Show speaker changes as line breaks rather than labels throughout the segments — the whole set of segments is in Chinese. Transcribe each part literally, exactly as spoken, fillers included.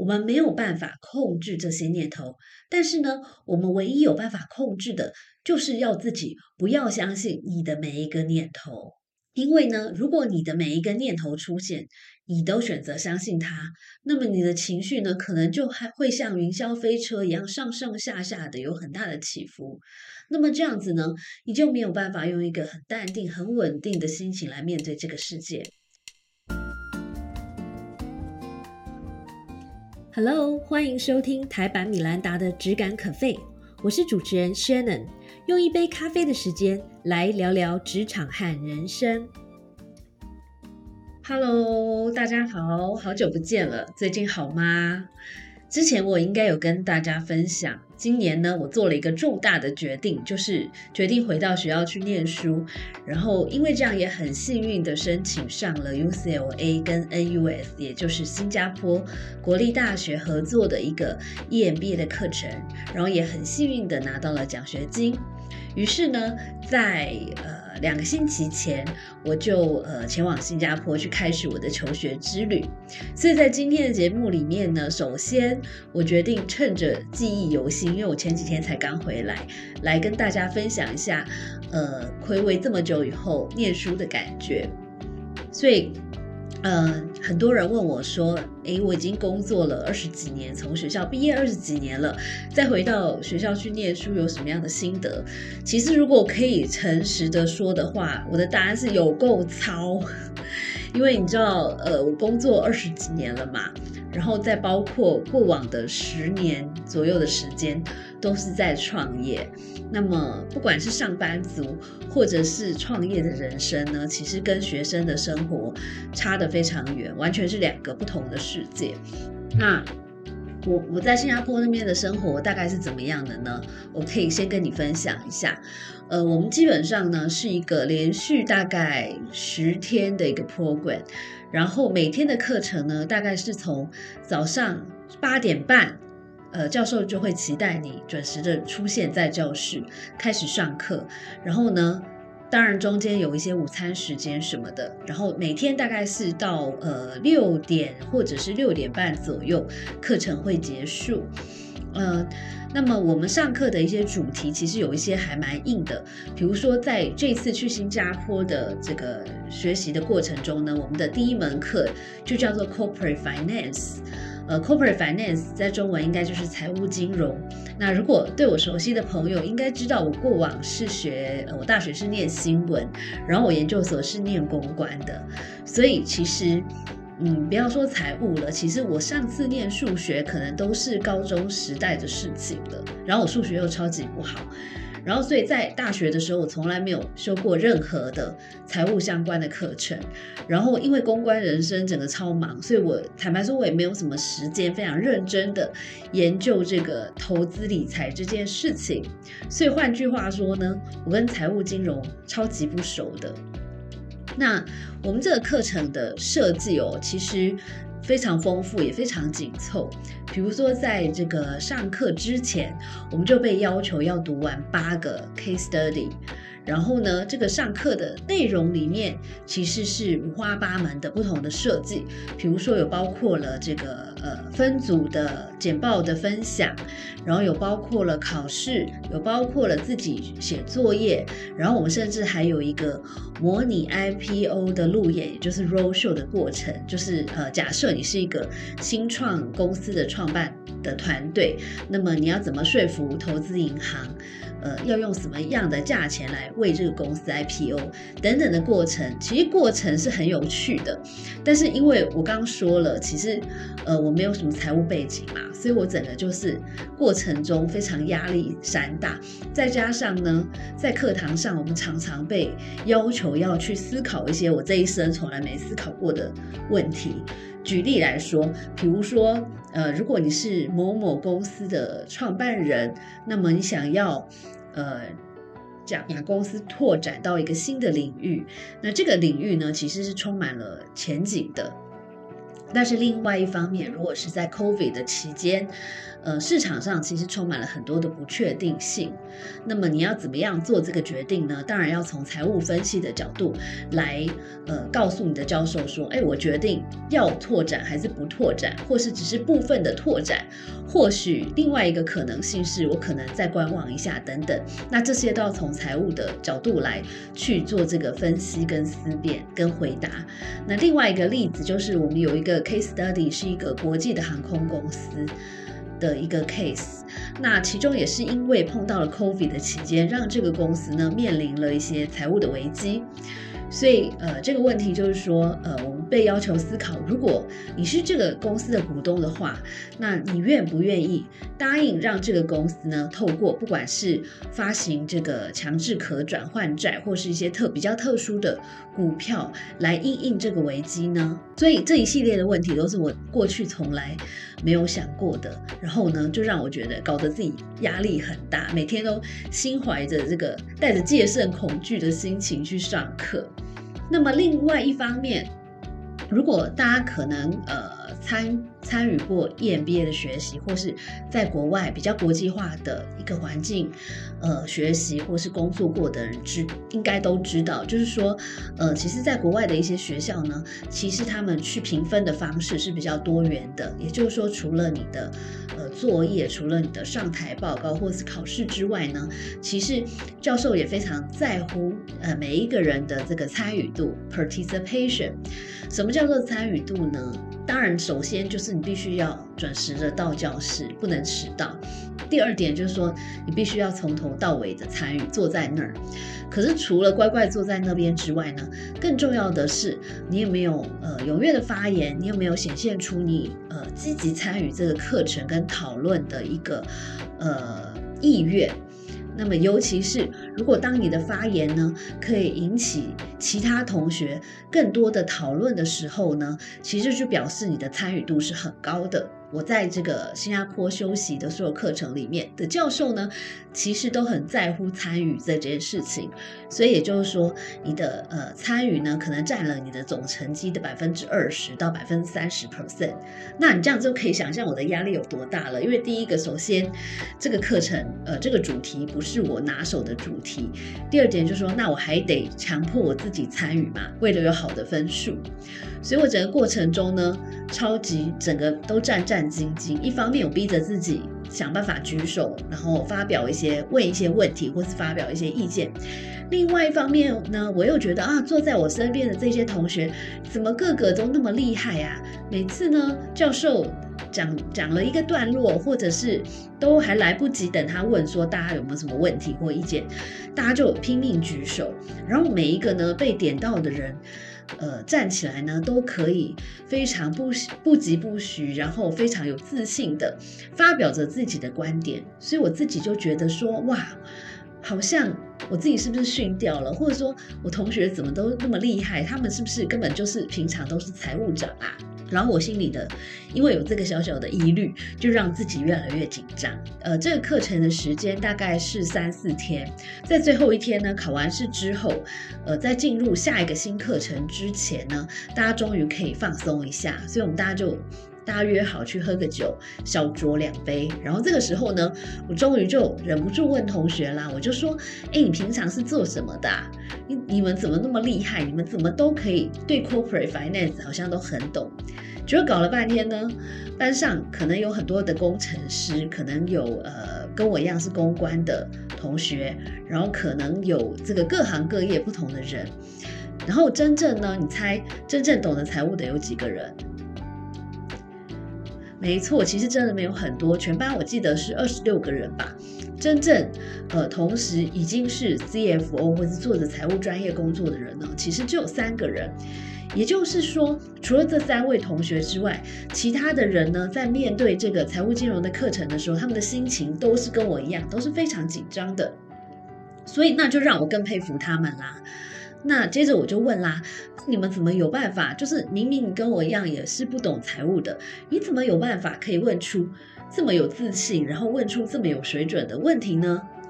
我们没有办法控制这些念头，但是呢，我们唯一有办法控制的，就是要自己不要相信你的每一个念头。因为呢，如果你的每一个念头出现，你都选择相信它，那么你的情绪呢，可能就还会像云霄飞车一样上上下下的有很大的起伏。那么这样子呢，你就没有办法用一个很淡定、很稳定的心情来面对这个世界。Hello， 欢迎收听台版米兰达的质感可废，我是主持人 Shannon， 用一杯咖啡的时间来聊聊职场和人生。Hello， 大家好，好久不见了，最近好吗？之前我应该有跟大家分享，今年呢，我做了一个重大的决定，就是决定回到学校去念书，然后因为这样也很幸运的申请上了 U C L A 跟 N U S， 也就是新加坡国立大学合作的一个 E M B A 的课程，然后也很幸运的拿到了奖学金。于是呢，在呃两个星期前，我就呃前往新加坡去开始我的求学之旅。所以在今天的节目里面呢，首先我决定趁着记忆犹新，因为我前几天才刚回来，来跟大家分享一下，呃，睽违这么久以后念书的感觉。所以。呃，很多人问我说，诶，我已经工作了二十几年，从学校毕业二十几年了，再回到学校去念书有什么样的心得？其实如果可以诚实的说的话，我的答案是有够糙。因为你知道，呃，我工作二十几年了嘛，然后再包括过往的十年左右的时间，都是在创业。那么，不管是上班族或者是创业的人生呢，其实跟学生的生活差得非常远，完全是两个不同的世界。那我我在新加坡那边的生活大概是怎么样的呢？我可以先跟你分享一下。呃，我们基本上呢是一个连续大概十天的一个 program， 然后每天的课程呢大概是从早上八点半，呃，教授就会期待你准时的出现在教室开始上课，然后呢。当然，中间有一些午餐时间什么的，然后每天大概是到呃六点或者是六点半左右，课程会结束。呃，那么我们上课的一些主题其实有一些还蛮硬的，比如说在这次去新加坡的这个学习的过程中呢，我们的第一门课就叫做 Corporate Finance。呃 ，Corporate Finance 在中文应该就是财务金融。那如果对我熟悉的朋友应该知道，我过往是学，呃，我大学是念新闻，然后我研究所是念公关的，所以其实。嗯，不要说财务了，其实我上次念数学可能都是高中时代的事情了，然后我数学又超级不好，然后所以在大学的时候我从来没有修过任何的财务相关的课程，然后因为公关人生整个超忙，所以我坦白说我也没有什么时间非常认真的研究这个投资理财这件事情，所以换句话说呢，我跟财务金融超级不熟的。那我们这个课程的设计哦，其实非常丰富，也非常紧凑。比如说，在这个上课之前，我们就被要求要读完八个 case study。然后呢，这个上课的内容里面其实是五花八门的不同的设计，比如说有包括了这个呃分组的简报的分享，然后有包括了考试，有包括了自己写作业，然后我们甚至还有一个模拟 I P O 的路演，也就是 roadshow 的过程，就是呃假设你是一个新创公司的创办的团队，那么你要怎么说服投资银行？呃，要用什么样的价钱来为这个公司 I P O 等等的过程，其实过程是很有趣的。但是因为我刚刚说了，其实呃我没有什么财务背景嘛，所以我整个就是过程中非常压力山大。再加上呢，在课堂上我们常常被要求要去思考一些我这一生从来没思考过的问题。举例来说，比如说，呃，如果你是某某公司的创办人，那么你想要，呃，将把公司拓展到一个新的领域，那这个领域呢，其实是充满了前景的。 但是另外一方面，如果是在 COVID 的期间，呃，市场上其实充满了很多的不确定性。那么你要怎么样做这个决定呢？当然要从财务分析的角度来，呃，告诉你的教授说，哎，我决定要拓展还是不拓展，或是只是部分的拓展，或许另外一个可能性是我可能再观望一下等等。那这些都要从财务的角度来去做这个分析跟思辨跟回答。那另外一个例子就是我们有一个 case study 是一个国际的航空公司的一个 case， 那其中也是因为碰到了 COVID 的期间，让这个公司呢面临了一些财务的危机。所以，呃，这个问题就是说，呃，我们被要求思考，如果你是这个公司的股东的话，那你愿不愿意答应让这个公司呢，透过不管是发行这个强制可转换债，或是一些特比较特殊的股票来因应这个危机呢？所以这一系列的问题都是我过去从来没有想过的，然后呢，就让我觉得搞得自己压力很大，每天都心怀着这个带着戒慎恐惧的心情去上课。那么另外一方面，如果大家可能呃参参与过 E M B A 的学习，或是在国外比较国际化的一个环境呃学习或是工作过的人知应该都知道，就是说呃其实在国外的一些学校呢，其实他们去评分的方式是比较多元的，也就是说除了你的呃作业，除了你的上台报告或是考试之外呢，其实教授也非常在乎呃每一个人的这个参与度 participation。 什么叫做参与度呢？当然首先就是你必须要准时的到教室，不能迟到。第二点就是说你必须要从头到尾的参与，坐在那儿。可是除了乖乖坐在那边之外呢，更重要的是你有没有呃踊跃的发言，你有没有显现出你呃积极参与这个课程跟讨论的一个呃意愿。那么尤其是如果当你的发言呢可以引起其他同学更多的讨论的时候呢，其实就表示你的参与度是很高的。我在这个新加坡修习的所有课程里面的教授呢，其实都很在乎参与这件事情，所以也就是说，你的呃参与呢，可能占了你的总成绩的百分之二十到百分之三十 percent。那你这样就可以想象我的压力有多大了。因为第一个，首先这个课程呃这个主题不是我拿手的主题；第二点就是说，那我还得强迫我自己参与嘛，为了有好的分数。所以我整个过程中呢，超级整个都战战兢兢。一方面我逼着自己想办法举手，然后发表一些问一些问题，或是发表一些意见。另外一方面呢，我又觉得啊，坐在我身边的这些同学怎么个个都那么厉害啊？每次呢，教授讲讲了一个段落，或者是都还来不及等他问说大家有没有什么问题或意见，大家就拼命举手，然后每一个呢被点到的人呃，站起来呢，都可以非常不不疾不徐，然后非常有自信的发表着自己的观点。所以我自己就觉得说，哇，好像我自己是不是训掉了，或者说我同学怎么都那么厉害，他们是不是根本就是平常都是财务长啊？然后我心里的，因为有这个小小的疑虑，就让自己越来越紧张。呃，这个课程的时间大概是三四天，在最后一天呢，考完试之后，呃，在进入下一个新课程之前呢，大家终于可以放松一下，所以我们大家就大家约好去喝个酒，小酌两杯。然后这个时候呢，我终于就忍不住问同学啦，我就说，哎，你平常是做什么的啊？你你们怎么那么厉害？你们怎么都可以对 corporate finance 好像都很懂？结果搞了半天呢，班上可能有很多的工程师，可能有呃跟我一样是公关的同学，然后可能有这个各行各业不同的人。然后真正呢，你猜真正懂得财务的有几个人？没错，其实真的没有很多，全班我记得是二十六个人吧。真正呃同时已经是 C F O 或是做着财务专业工作的人呢，其实只有三个人。也就是说，除了这三位同学之外，其他的人呢，在面对这个财务金融的课程的时候，他们的心情都是跟我一样，都是非常紧张的。所以那就让我更佩服他们啦。那接着我就问啦，你们怎么有办法，就是明明你跟我一样也是不懂财务的，你怎么有办法可以问出这么有自信，然后问出这么有水准的问题呢？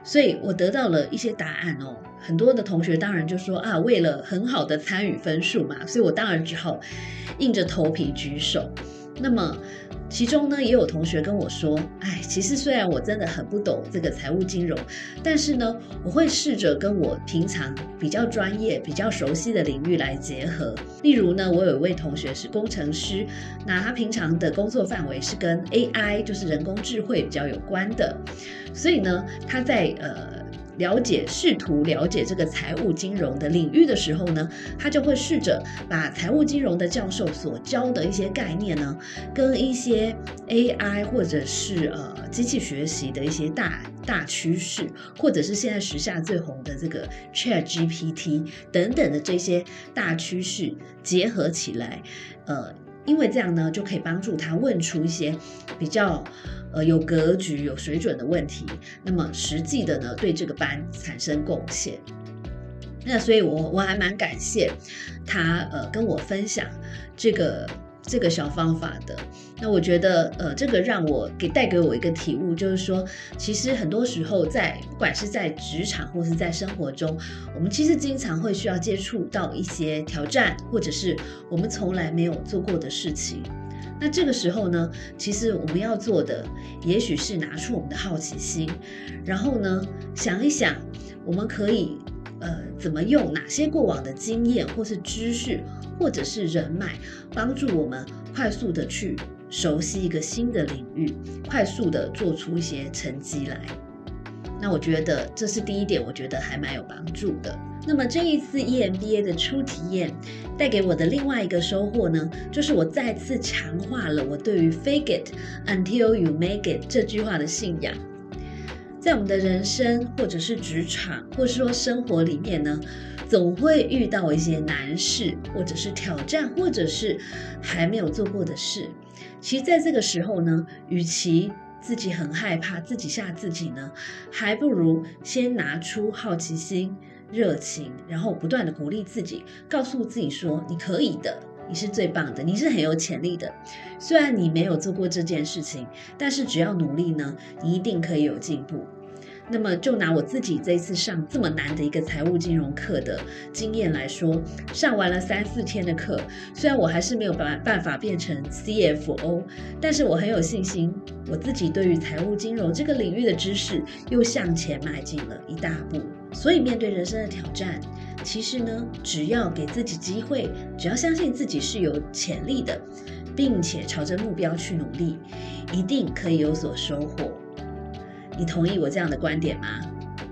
所以我得到了一些答案哦。很多的同学当然就说啊，为了很好的参与分数嘛，所以我当然只好硬着头皮举手。那么其中呢，也有同学跟我说，哎，其实虽然我真的很不懂这个财务金融，但是呢，我会试着跟我平常比较专业、比较熟悉的领域来结合。例如呢，我有一位同学是工程师，那他平常的工作范围是跟 A I， 就是人工智慧比较有关的，所以呢，他在呃。了解试图了解这个财务金融的领域的时候呢，他就会试着把财务金融的教授所教的一些概念呢，跟一些 A I 或者是呃机器学习的一些大大趋势，或者是现在时下最红的这个 Chat G P T 等等的这些大趋势结合起来，呃。因为这样呢，就可以帮助他问出一些比较呃有格局、有水准的问题，那么实际的呢，对这个班产生贡献。那所以我我还蛮感谢他呃跟我分享这个这个小方法的。那我觉得呃这个让我给带给我一个体悟，就是说其实很多时候在不管是在职场或是在生活中，我们其实经常会需要接触到一些挑战，或者是我们从来没有做过的事情。那这个时候呢，其实我们要做的也许是拿出我们的好奇心，然后呢想一想我们可以呃，怎么用哪些过往的经验或是知识或者是人脉，帮助我们快速的去熟悉一个新的领域，快速的做出一些成绩来。那我觉得这是第一点，我觉得还蛮有帮助的。那么这一次 E M B A 的初体验带给我的另外一个收获呢，就是我再次强化了我对于 Fake it until you make it 这句话的信仰。在我们的人生或者是职场或者说生活里面呢，总会遇到一些难事或者是挑战，或者是还没有做过的事。其实在这个时候呢，与其自己很害怕自己吓自己呢，还不如先拿出好奇心、热情，然后不断的鼓励自己，告诉自己说你可以的，你是最棒的，你是很有潜力的。虽然你没有做过这件事情，但是只要努力呢，你一定可以有进步。那么就拿我自己这一次上这么难的一个财务金融课的经验来说，上完了三四天的课，虽然我还是没有办法变成 C F O， 但是我很有信心，我自己对于财务金融这个领域的知识又向前迈进了一大步。所以面对人生的挑战，其实呢，只要给自己机会，只要相信自己是有潜力的，并且朝着目标去努力，一定可以有所收获。你同意我这样的观点吗？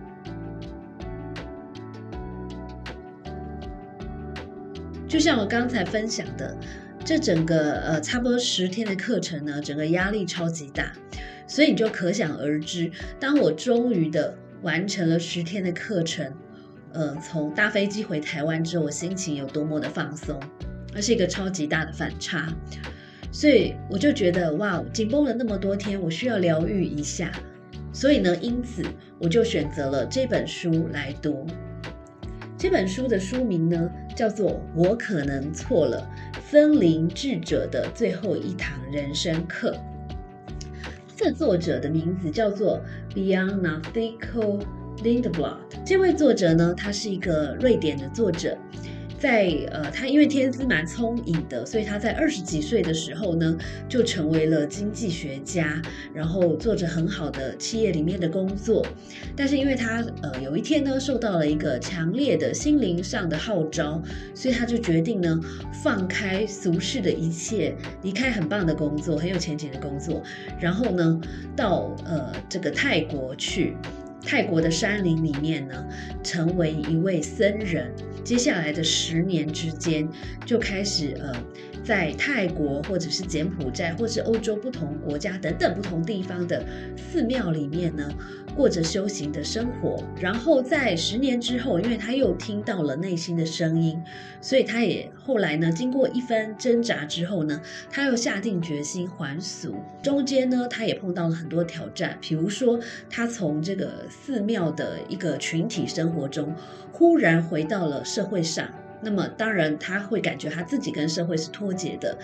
就像我刚才分享的，这整个呃差不多十天的课程呢，整个压力超级大，所以你就可想而知，当我终于的完成了十天的课程，呃，从搭飞机回台湾之后，我心情有多么的放松，而是一个超级大的反差。所以我就觉得哇，紧绷了那么多天，我需要疗愈一下。所以呢，因此我就选择了这本书来读。这本书的书名呢，叫做《我可能错了：森林智者的最后一堂人生课》。这作者的名字叫做 Bjørn Nafthiko Lindblad。这位作者呢，他是一个瑞典的作者。在呃，他因为天资蛮聪颖的，所以他在二十几岁的时候呢，就成为了经济学家，然后做着很好的企业里面的工作。但是因为他呃有一天呢，受到了一个强烈的心灵上的号召，所以他就决定呢，放开俗世的一切，离开很棒的工作，很有前景的工作，然后呢，到呃这个泰国去。泰国的山林里面呢，成为一位僧人。接下来的十年之间，就开始呃，在泰国或者是柬埔寨，或是欧洲不同国家等等不同地方的寺庙里面呢，过着修行的生活。然后在十年之后，因为他又听到了内心的声音，所以他也后来呢，经过一番挣扎之后呢，他又下定决心还俗。中间呢，他也碰到了很多挑战，比如说他从这个寺庙的一个群体生活中，忽然回到了社会上。那么当然他会感觉他自己跟社会是脱节的，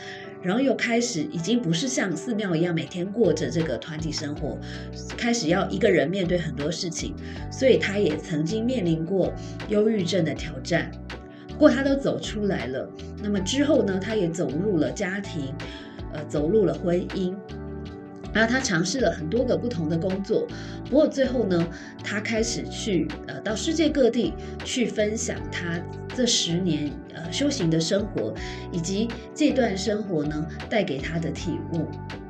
然后又开始已经不是像寺庙一样每天过着这个团体生活，开始要一个人面对很多事情，所以他也曾经面临过忧郁症的挑战。不过他都走出来了。那么之后呢，他也走入了家庭，呃，走入了婚姻。然后他尝试了很多个不同的工作，不过最后呢，他开始去呃到世界各地去分享他这十年呃修行的生活，以及这段生活呢带给他的体悟。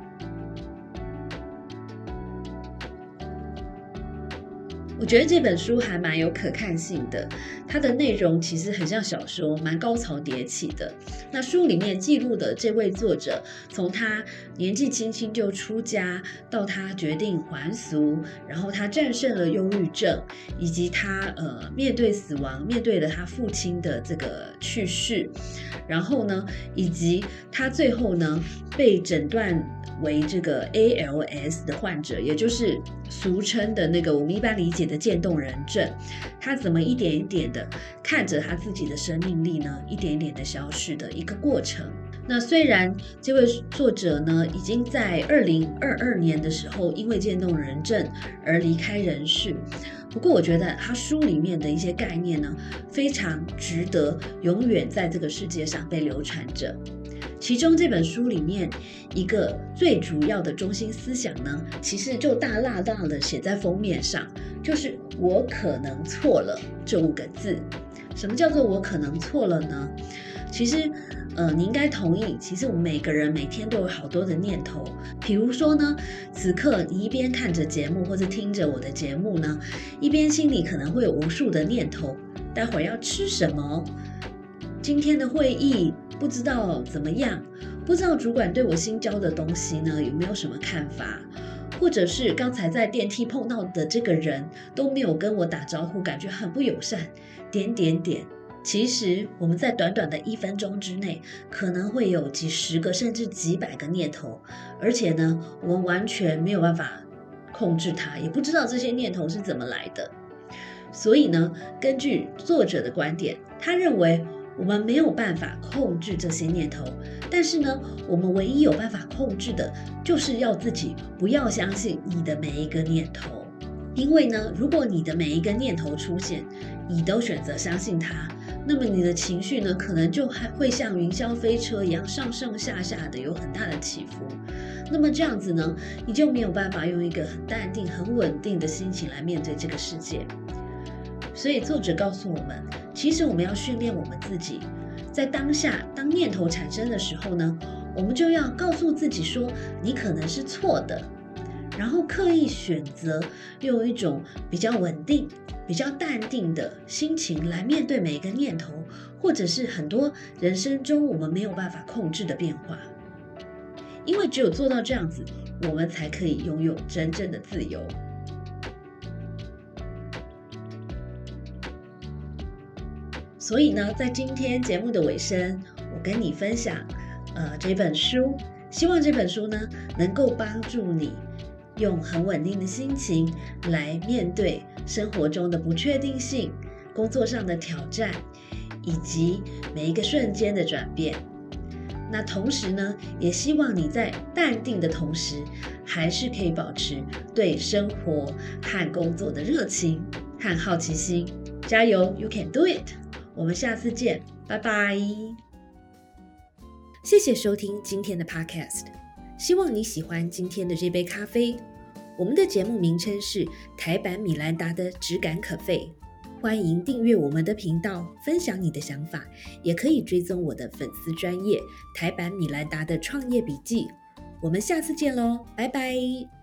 我觉得这本书还蛮有可看性的，它的内容其实很像小说，蛮高潮迭起的。那书里面记录的这位作者，从他年纪轻轻就出家，到他决定还俗，然后他战胜了忧郁症，以及他呃面对死亡，面对了他父亲的这个去世，然后呢，以及他最后呢被诊断为这个 A L S 的患者，也就是俗称的那个我们一般理解的渐冻人症，他怎么一点一点的看着他自己的生命力呢，一点一点的消逝的一个过程。那虽然这位作者呢，已经在二零二二年的时候因为渐冻人症而离开人世，不过我觉得他书里面的一些概念呢，非常值得永远在这个世界上被流传着。其中这本书里面一个最主要的中心思想呢，其实就大大大的写在封面上，就是我可能错了这五个字。什么叫做我可能错了呢？其实呃，你应该同意，其实我们每个人每天都有好多的念头。比如说呢，此刻你一边看着节目或者听着我的节目呢，一边心里可能会有无数的念头，待会儿要吃什么，今天的会议不知道怎么样，不知道主管对我新教的东西呢有没有什么看法，或者是刚才在电梯碰到的这个人都没有跟我打招呼，感觉很不友善，点点点。其实我们在短短的一分钟之内，可能会有几十个甚至几百个念头，而且呢，我们完全没有办法控制它，也不知道这些念头是怎么来的。所以呢，根据作者的观点，他认为我们没有办法控制这些念头，但是呢，我们唯一有办法控制的，就是要自己不要相信你的每一个念头。因为呢，如果你的每一个念头出现，你都选择相信它，那么你的情绪呢，可能就还会像云霄飞车一样上上下下的有很大的起伏。那么这样子呢，你就没有办法用一个很淡定、很稳定的心情来面对这个世界。所以作者告诉我们，其实我们要训练我们自己，在当下，当念头产生的时候呢，我们就要告诉自己说，你可能是错的，然后刻意选择用一种比较稳定、比较淡定的心情来面对每一个念头，或者是很多人生中我们没有办法控制的变化。因为只有做到这样子，我们才可以拥有真正的自由。所以呢，在今天节目的尾声，我跟你分享呃这本书，希望这本书呢能够帮助你用很稳定的心情来面对生活中的不确定性、工作上的挑战，以及每一个瞬间的转变。那同时呢，也希望你在淡定的同时，还是可以保持对生活和工作的热情和好奇心。加油 ，You can do it！ 我们下次见，拜拜。谢谢收听今天的 Podcast， 希望你喜欢今天的这杯咖啡。我们的节目名称是台版米兰达的质感可废。欢迎订阅我们的频道，分享你的想法，也可以追踪我的粉丝专页台版米兰达的创业笔记。我们下次见咯，拜拜。